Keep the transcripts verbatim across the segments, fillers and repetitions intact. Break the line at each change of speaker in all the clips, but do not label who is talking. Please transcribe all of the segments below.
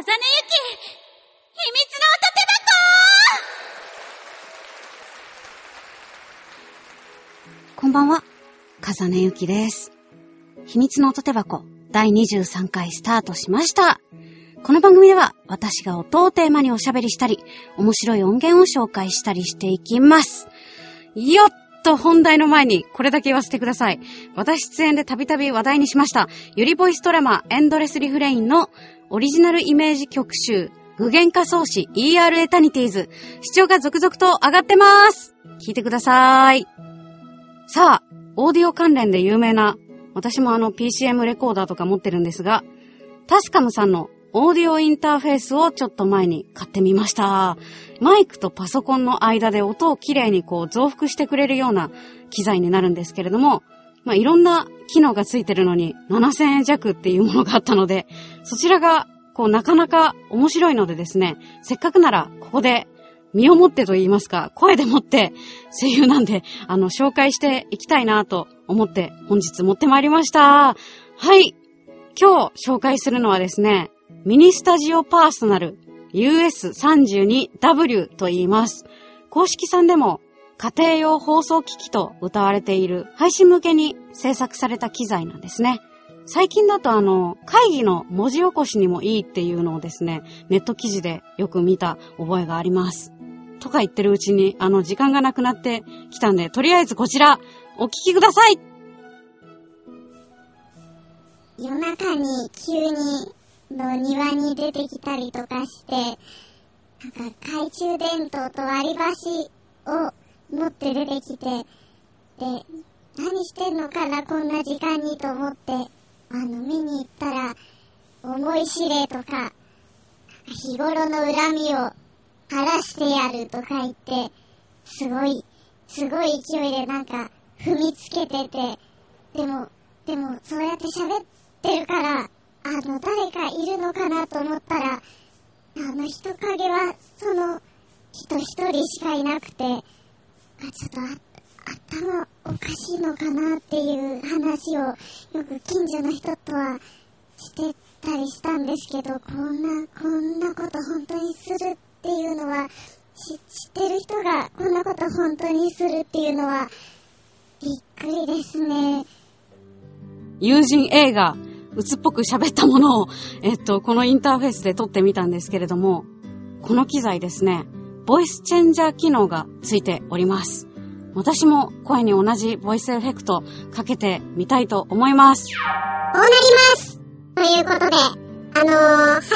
風根ゆき、秘密の音手箱。こんばんは、風根ゆきです。秘密の音手箱だいにじゅうさんかいスタートしました。この番組では私が音をテーマにおしゃべりしたり、面白い音源を紹介したりしていきます。よっと本題の前にこれだけ言わせてください。私出演でたびたび話題にしましたゆりボイスドラマエンドレスリフレインのオリジナルイメージ曲集具現化創始 イーアール エタニティーズ、視聴が続々と上がってます。聞いてください。さあ、オーディオ関連で有名な、私もあの ピーシーエム レコーダーとか持ってるんですが、タスカムさんのオーディオインターフェースをちょっと前に買ってみました。マイクとパソコンの間で音をきれいにこう増幅してくれるような機材になるんですけれども、まあいろんな機能がついてるのにななせんえん弱っていうものがあったので、そちらがこうなかなか面白いのでですね、せっかくならここで身をもってと言いますか、声でもって声優なんであの紹介していきたいなと思って本日持ってまいりました。はい、今日紹介するのはですね、ミニスタジオパーソナル ユーエスさんじゅうにダブリュー と言います。公式さんでも家庭用放送機器と謳われている配信向けに制作された機材なんですね。最近だとあの会議の文字起こしにもいいっていうのをですね、ネット記事でよく見た覚えがあります。とか言ってるうちにあの時間がなくなってきたんで、とりあえずこちらお聞きください。
夜中に急にの庭に出てきたりとかして、なんか懐中電灯と割り箸を持って出てきて、で、何してんのかなこんな時間にと思って、あの見に行ったら、思い知れとか、日頃の恨みを晴らしてやるとか言って、すごい、すごい勢いでなんか踏みつけてて、でも、でもそうやって喋ってるから、あの誰かいるのかなと思ったら、あの人影はその人一人しかいなくて、あ、ちょっとあ頭おかしいのかなっていう話をよく近所の人とはしてたりしたんですけど、こんなこんなこと本当にするっていうのは、知ってる人がこんなこと本当にするっていうのはびっくりですね。
友人 A が鬱っぽく喋ったものを、えっと、このインターフェースで撮ってみたんですけれども、この機材ですね、ボイスチェンジャー機能がついております。私も声に同じボイスエフェクトかけてみたいと思います。
こうなりますということで、あのー、流行りのバーチ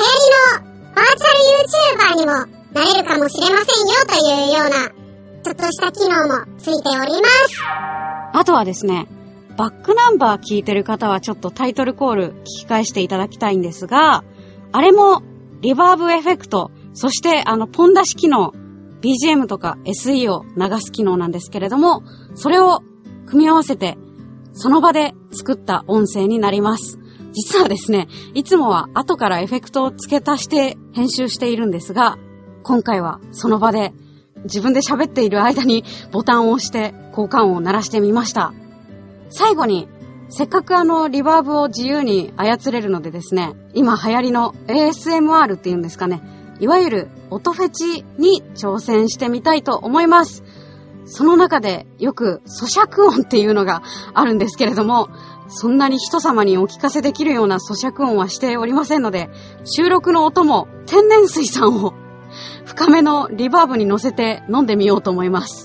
ャル YouTuber にもなれるかもしれませんよというようなちょっとした機能もついております。
あとはですね、バックナンバー聞いてる方はちょっとタイトルコール聞き返していただきたいんですが、あれもリバーブエフェクト、そしてあのポン出し機能、ビージーエム とか エスイー を流す機能なんですけれども、それを組み合わせてその場で作った音声になります。実はですね、いつもは後からエフェクトを付け足して編集しているんですが、今回はその場で自分で喋っている間にボタンを押して効果音を鳴らしてみました。最後に、せっかくあのリバーブを自由に操れるのでですね、今流行りの エーエスエムアール っていうんですかね、いわゆる音フェチに挑戦してみたいと思います。その中でよく咀嚼音っていうのがあるんですけれども、そんなに人様にお聞かせできるような咀嚼音はしておりませんので、収録の音も天然水さんを深めのリバーブに乗せて飲んでみようと思います。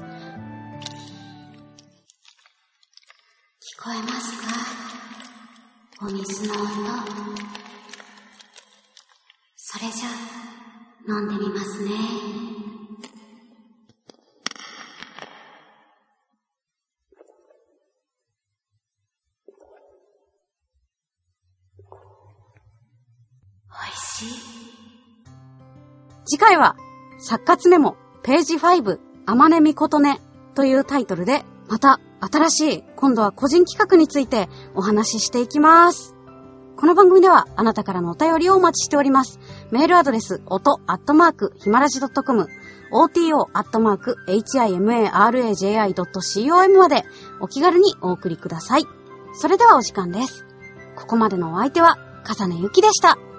聞こえますか？お水の音。それじゃあ飲んでみますね。おいしい。次回は作活メモページご天音みことねというタイトルで、また新しい今度は個人企画についてお話ししていきます。この番組ではあなたからのお便りをお待ちしております。メールアドレス音アットマークヒマラジドットコム、オーティーオーアットマークエイチアイエムエーアールエージェーアイドットコム までお気軽にお送りください。それではお時間です。ここまでのお相手は笠根ゆきでした。